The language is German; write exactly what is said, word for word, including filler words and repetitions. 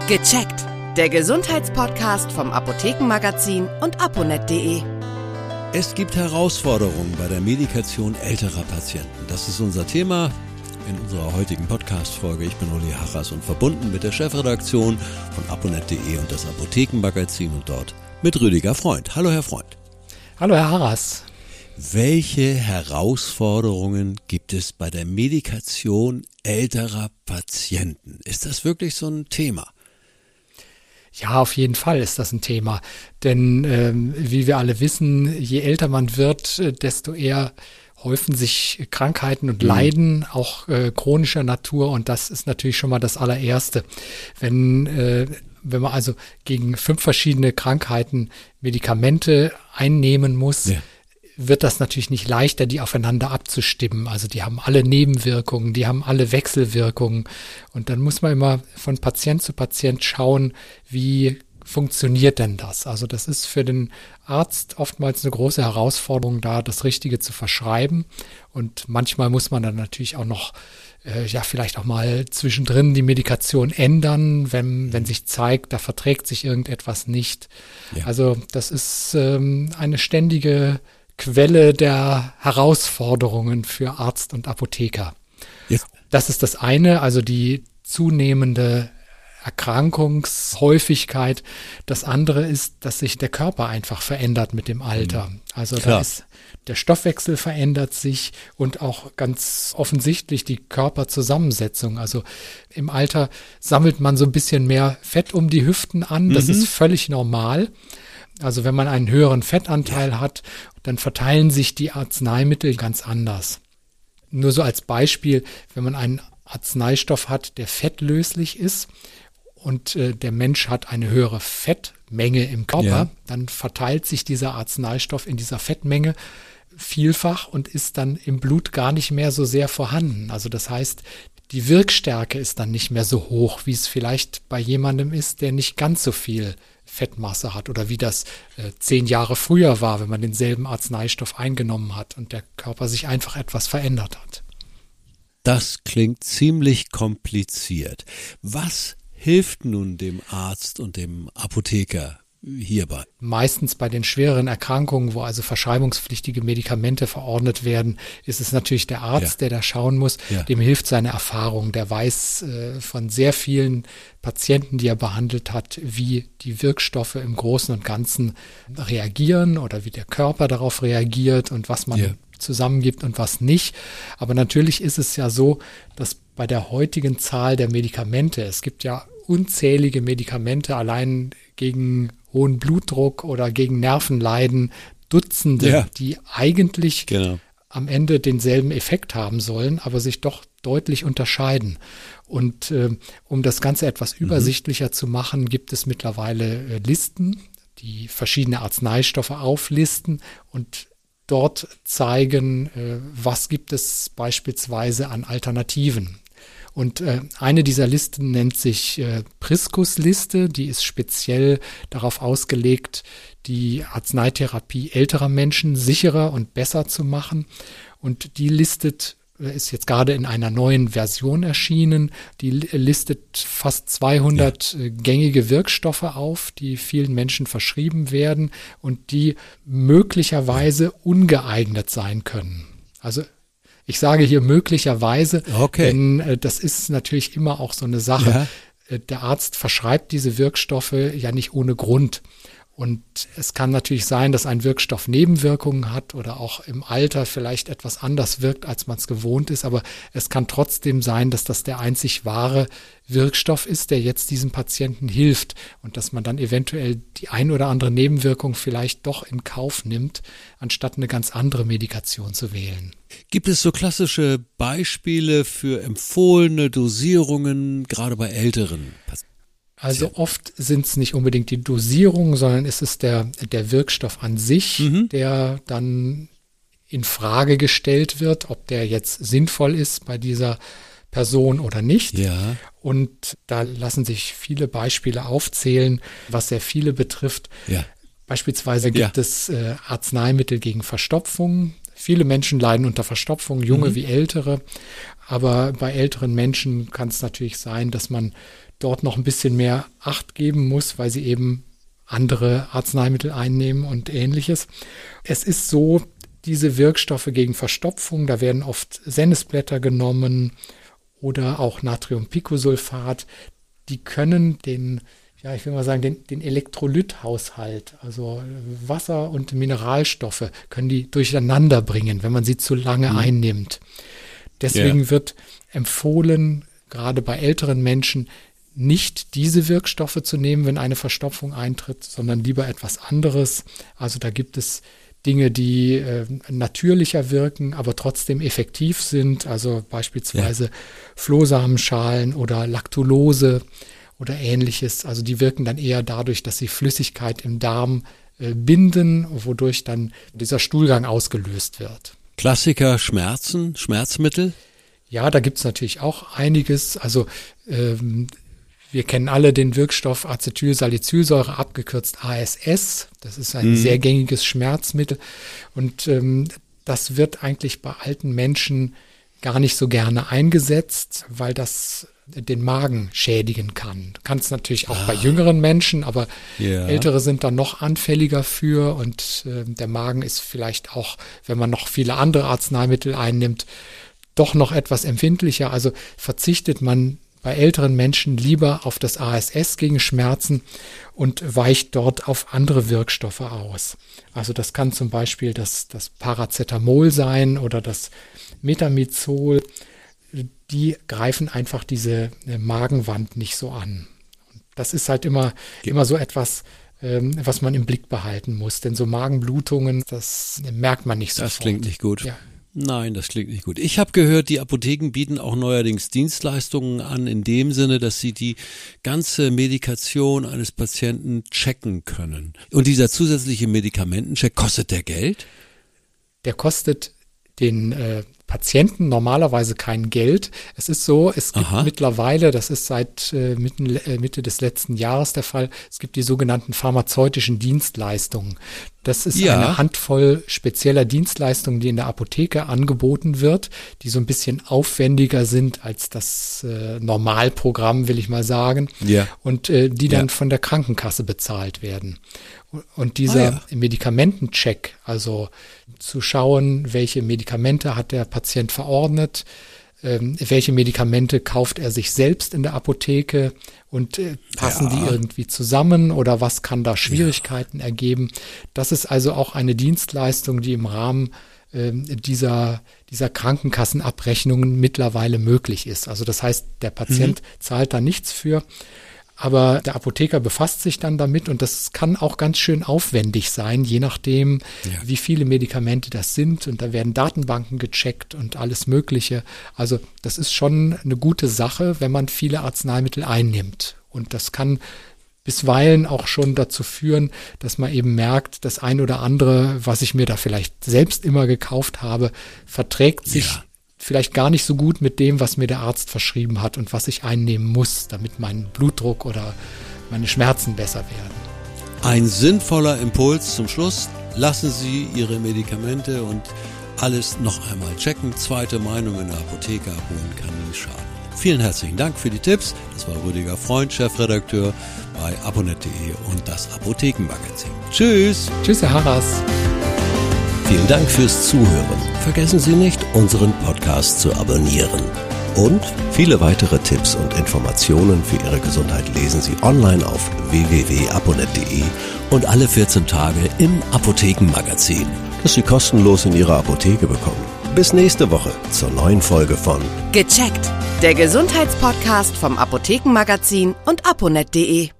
Gecheckt. Der Gesundheitspodcast vom Apothekenmagazin und aponet punkt de. Es gibt Herausforderungen bei der Medikation älterer Patienten. Das ist unser Thema in unserer heutigen Podcast-Folge. Ich bin Uli Harras und verbunden mit der Chefredaktion von aponet punkt de und das Apothekenmagazin und dort mit Rüdiger Freund. Hallo, Herr Freund. Hallo, Herr Harras. Welche Herausforderungen gibt es bei der Medikation älterer Patienten? Ist das wirklich so ein Thema? Ja, auf jeden Fall ist das ein Thema, denn ähm, wie wir alle wissen, je älter man wird, desto eher häufen sich Krankheiten und Leiden, auch äh, chronischer Natur, und das ist natürlich schon mal das allererste. Wenn, äh, wenn man also gegen fünf verschiedene Krankheiten Medikamente einnehmen muss, ja, wird das natürlich nicht leichter, die aufeinander abzustimmen. Also die haben alle Nebenwirkungen, die haben alle Wechselwirkungen. Und dann muss man immer von Patient zu Patient schauen, wie funktioniert denn das? Also das ist für den Arzt oftmals eine große Herausforderung, da das Richtige zu verschreiben. Und manchmal muss man dann natürlich auch noch, äh, ja, vielleicht auch mal zwischendrin die Medikation ändern, wenn, wenn sich zeigt, da verträgt sich irgendetwas nicht. Ja. Also das ist ähm, eine ständige Quelle der Herausforderungen für Arzt und Apotheker. Yes. Das ist das eine, also die zunehmende Erkrankungshäufigkeit. Das andere ist, dass sich der Körper einfach verändert mit dem Alter. Also da ist, der Stoffwechsel verändert sich und auch ganz offensichtlich die Körperzusammensetzung. Also im Alter sammelt man so ein bisschen mehr Fett um die Hüften an. Das mhm. ist völlig normal. Also wenn man einen höheren Fettanteil ja. hat, dann verteilen sich die Arzneimittel ganz anders. Nur so als Beispiel, wenn man einen Arzneistoff hat, der fettlöslich ist und äh, der Mensch hat eine höhere Fettmenge im Körper, ja. dann verteilt sich dieser Arzneistoff in dieser Fettmenge vielfach und ist dann im Blut gar nicht mehr so sehr vorhanden. Also das heißt, die Wirkstärke ist dann nicht mehr so hoch, wie es vielleicht bei jemandem ist, der nicht ganz so viel Fettmasse hat oder wie das äh, zehn Jahre früher war, wenn man denselben Arzneistoff eingenommen hat und der Körper sich einfach etwas verändert hat. Das klingt ziemlich kompliziert. Was hilft nun dem Arzt und dem Apotheker hierbei? Meistens bei den schwereren Erkrankungen, wo also verschreibungspflichtige Medikamente verordnet werden, ist es natürlich der Arzt, ja. der da schauen muss. Ja. Dem hilft seine Erfahrung. Der weiß äh, von sehr vielen Patienten, die er behandelt hat, wie die Wirkstoffe im Großen und Ganzen reagieren oder wie der Körper darauf reagiert und was man ja. zusammengibt und was nicht. Aber natürlich ist es ja so, dass bei der heutigen Zahl der Medikamente, es gibt ja unzählige Medikamente allein gegen hohen Blutdruck oder gegen Nervenleiden, Dutzende, ja. die eigentlich genau. am Ende denselben Effekt haben sollen, aber sich doch deutlich unterscheiden. Und äh, um das Ganze etwas übersichtlicher mhm. zu machen, gibt es mittlerweile äh, Listen, die verschiedene Arzneistoffe auflisten und dort zeigen, äh, was gibt es beispielsweise an Alternativen. Und äh, eine dieser Listen nennt sich äh, Priscus-Liste, die ist speziell darauf ausgelegt, die Arzneitherapie älterer Menschen sicherer und besser zu machen. Und die listet, ist jetzt gerade in einer neuen Version erschienen, die listet fast zweihundert ja. gängige Wirkstoffe auf, die vielen Menschen verschrieben werden und die möglicherweise ungeeignet sein können. Also ich sage hier möglicherweise, okay. denn äh, das ist natürlich immer auch so eine Sache. Ja. Äh, der Arzt verschreibt diese Wirkstoffe ja nicht ohne Grund. Und es kann natürlich sein, dass ein Wirkstoff Nebenwirkungen hat oder auch im Alter vielleicht etwas anders wirkt, als man es gewohnt ist. Aber es kann trotzdem sein, dass das der einzig wahre Wirkstoff ist, der jetzt diesem Patienten hilft und dass man dann eventuell die ein oder andere Nebenwirkung vielleicht doch in Kauf nimmt, anstatt eine ganz andere Medikation zu wählen. Gibt es so klassische Beispiele für empfohlene Dosierungen, gerade bei älteren Patienten? Also oft sind es nicht unbedingt die Dosierung, sondern ist es der, der Wirkstoff an sich, mhm. der dann in Frage gestellt wird, ob der jetzt sinnvoll ist bei dieser Person oder nicht. Ja. Und da lassen sich viele Beispiele aufzählen, was sehr viele betrifft. Ja. Beispielsweise gibt ja. es äh, Arzneimittel gegen Verstopfung. Viele Menschen leiden unter Verstopfung, junge mhm. wie ältere. Aber bei älteren Menschen kann es natürlich sein, dass man dort noch ein bisschen mehr Acht geben muss, weil sie eben andere Arzneimittel einnehmen und Ähnliches. Es ist so, diese Wirkstoffe gegen Verstopfung, da werden oft Sennisblätter genommen oder auch Natriumpicosulfat, die können den, ja, ich will mal sagen, den, den Elektrolythaushalt, also Wasser und Mineralstoffe, können die durcheinander bringen, wenn man sie zu lange mhm. einnimmt. Deswegen yeah. wird empfohlen, gerade bei älteren Menschen, nicht diese Wirkstoffe zu nehmen, wenn eine Verstopfung eintritt, sondern lieber etwas anderes. Also da gibt es Dinge, die äh, natürlicher wirken, aber trotzdem effektiv sind. Also beispielsweise ja. Flohsamenschalen oder Lactulose oder Ähnliches. Also die wirken dann eher dadurch, dass sie Flüssigkeit im Darm äh, binden, wodurch dann dieser Stuhlgang ausgelöst wird. Klassiker Schmerzen, Schmerzmittel? Ja, da gibt es natürlich auch einiges. Also ähm, wir kennen alle den Wirkstoff Acetylsalicylsäure, abgekürzt A S S. Das ist ein mhm. sehr gängiges Schmerzmittel. Und ähm, das wird eigentlich bei alten Menschen gar nicht so gerne eingesetzt, weil das den Magen schädigen kann. Kann es natürlich auch ah. bei jüngeren Menschen, aber yeah. Ältere sind dann noch anfälliger für. Und äh, der Magen ist vielleicht auch, wenn man noch viele andere Arzneimittel einnimmt, doch noch etwas empfindlicher. Also verzichtet man bei älteren Menschen lieber auf das A S S gegen Schmerzen und weicht dort auf andere Wirkstoffe aus. Also das kann zum Beispiel das, das Paracetamol sein oder das Metamizol. Die greifen einfach diese Magenwand nicht so an. Das ist halt immer, ja. immer so etwas, ähm, was man im Blick behalten muss. Denn so Magenblutungen, das merkt man nicht sofort. Das klingt nicht gut. Ja. Nein, das klingt nicht gut. Ich habe gehört, die Apotheken bieten auch neuerdings Dienstleistungen an, in dem Sinne, dass sie die ganze Medikation eines Patienten checken können. Und dieser zusätzliche Medikamentencheck, kostet der Geld? Der kostet den äh, Patienten normalerweise kein Geld. Es ist so, es gibt Aha. mittlerweile, das ist seit äh, Mitte, äh, Mitte des letzten Jahres der Fall, es gibt die sogenannten pharmazeutischen Dienstleistungen. Das ist ja. eine Handvoll spezieller Dienstleistungen, die in der Apotheke angeboten wird, die so ein bisschen aufwendiger sind als das äh, Normalprogramm, will ich mal sagen, ja. und äh, die dann ja. von der Krankenkasse bezahlt werden. Und dieser ah, ja. Medikamentencheck, also zu schauen, welche Medikamente hat der Patient verordnet, ähm, welche Medikamente kauft er sich selbst in der Apotheke und äh, passen ja. die irgendwie zusammen oder was kann da Schwierigkeiten ja. ergeben. Das ist also auch eine Dienstleistung, die im Rahmen äh, dieser, dieser Krankenkassenabrechnungen mittlerweile möglich ist. Also das heißt, der Patient mhm. zahlt da nichts für. Aber der Apotheker befasst sich dann damit und das kann auch ganz schön aufwendig sein, je nachdem, ja. wie viele Medikamente das sind. Und da werden Datenbanken gecheckt und alles Mögliche. Also das ist schon eine gute Sache, wenn man viele Arzneimittel einnimmt. Und das kann bisweilen auch schon dazu führen, dass man eben merkt, das ein oder andere, was ich mir da vielleicht selbst immer gekauft habe, verträgt sich ja. vielleicht gar nicht so gut mit dem, was mir der Arzt verschrieben hat und was ich einnehmen muss, damit mein Blutdruck oder meine Schmerzen besser werden. Ein sinnvoller Impuls zum Schluss. Lassen Sie Ihre Medikamente und alles noch einmal checken. Zweite Meinung in der Apotheke abholen kann nie schaden. Vielen herzlichen Dank für die Tipps. Das war Rüdiger Freund, Chefredakteur bei aponet punkt de und das Apothekenmagazin. Tschüss. Tschüss, Herr Harras. Vielen Dank fürs Zuhören. Vergessen Sie nicht, unseren Podcast zu abonnieren. Und viele weitere Tipps und Informationen für Ihre Gesundheit lesen Sie online auf w w w punkt aponet punkt de und alle vierzehn Tage im Apothekenmagazin, das Sie kostenlos in Ihrer Apotheke bekommen. Bis nächste Woche zur neuen Folge von Gecheckt, der Gesundheitspodcast vom Apothekenmagazin und aponet punkt de.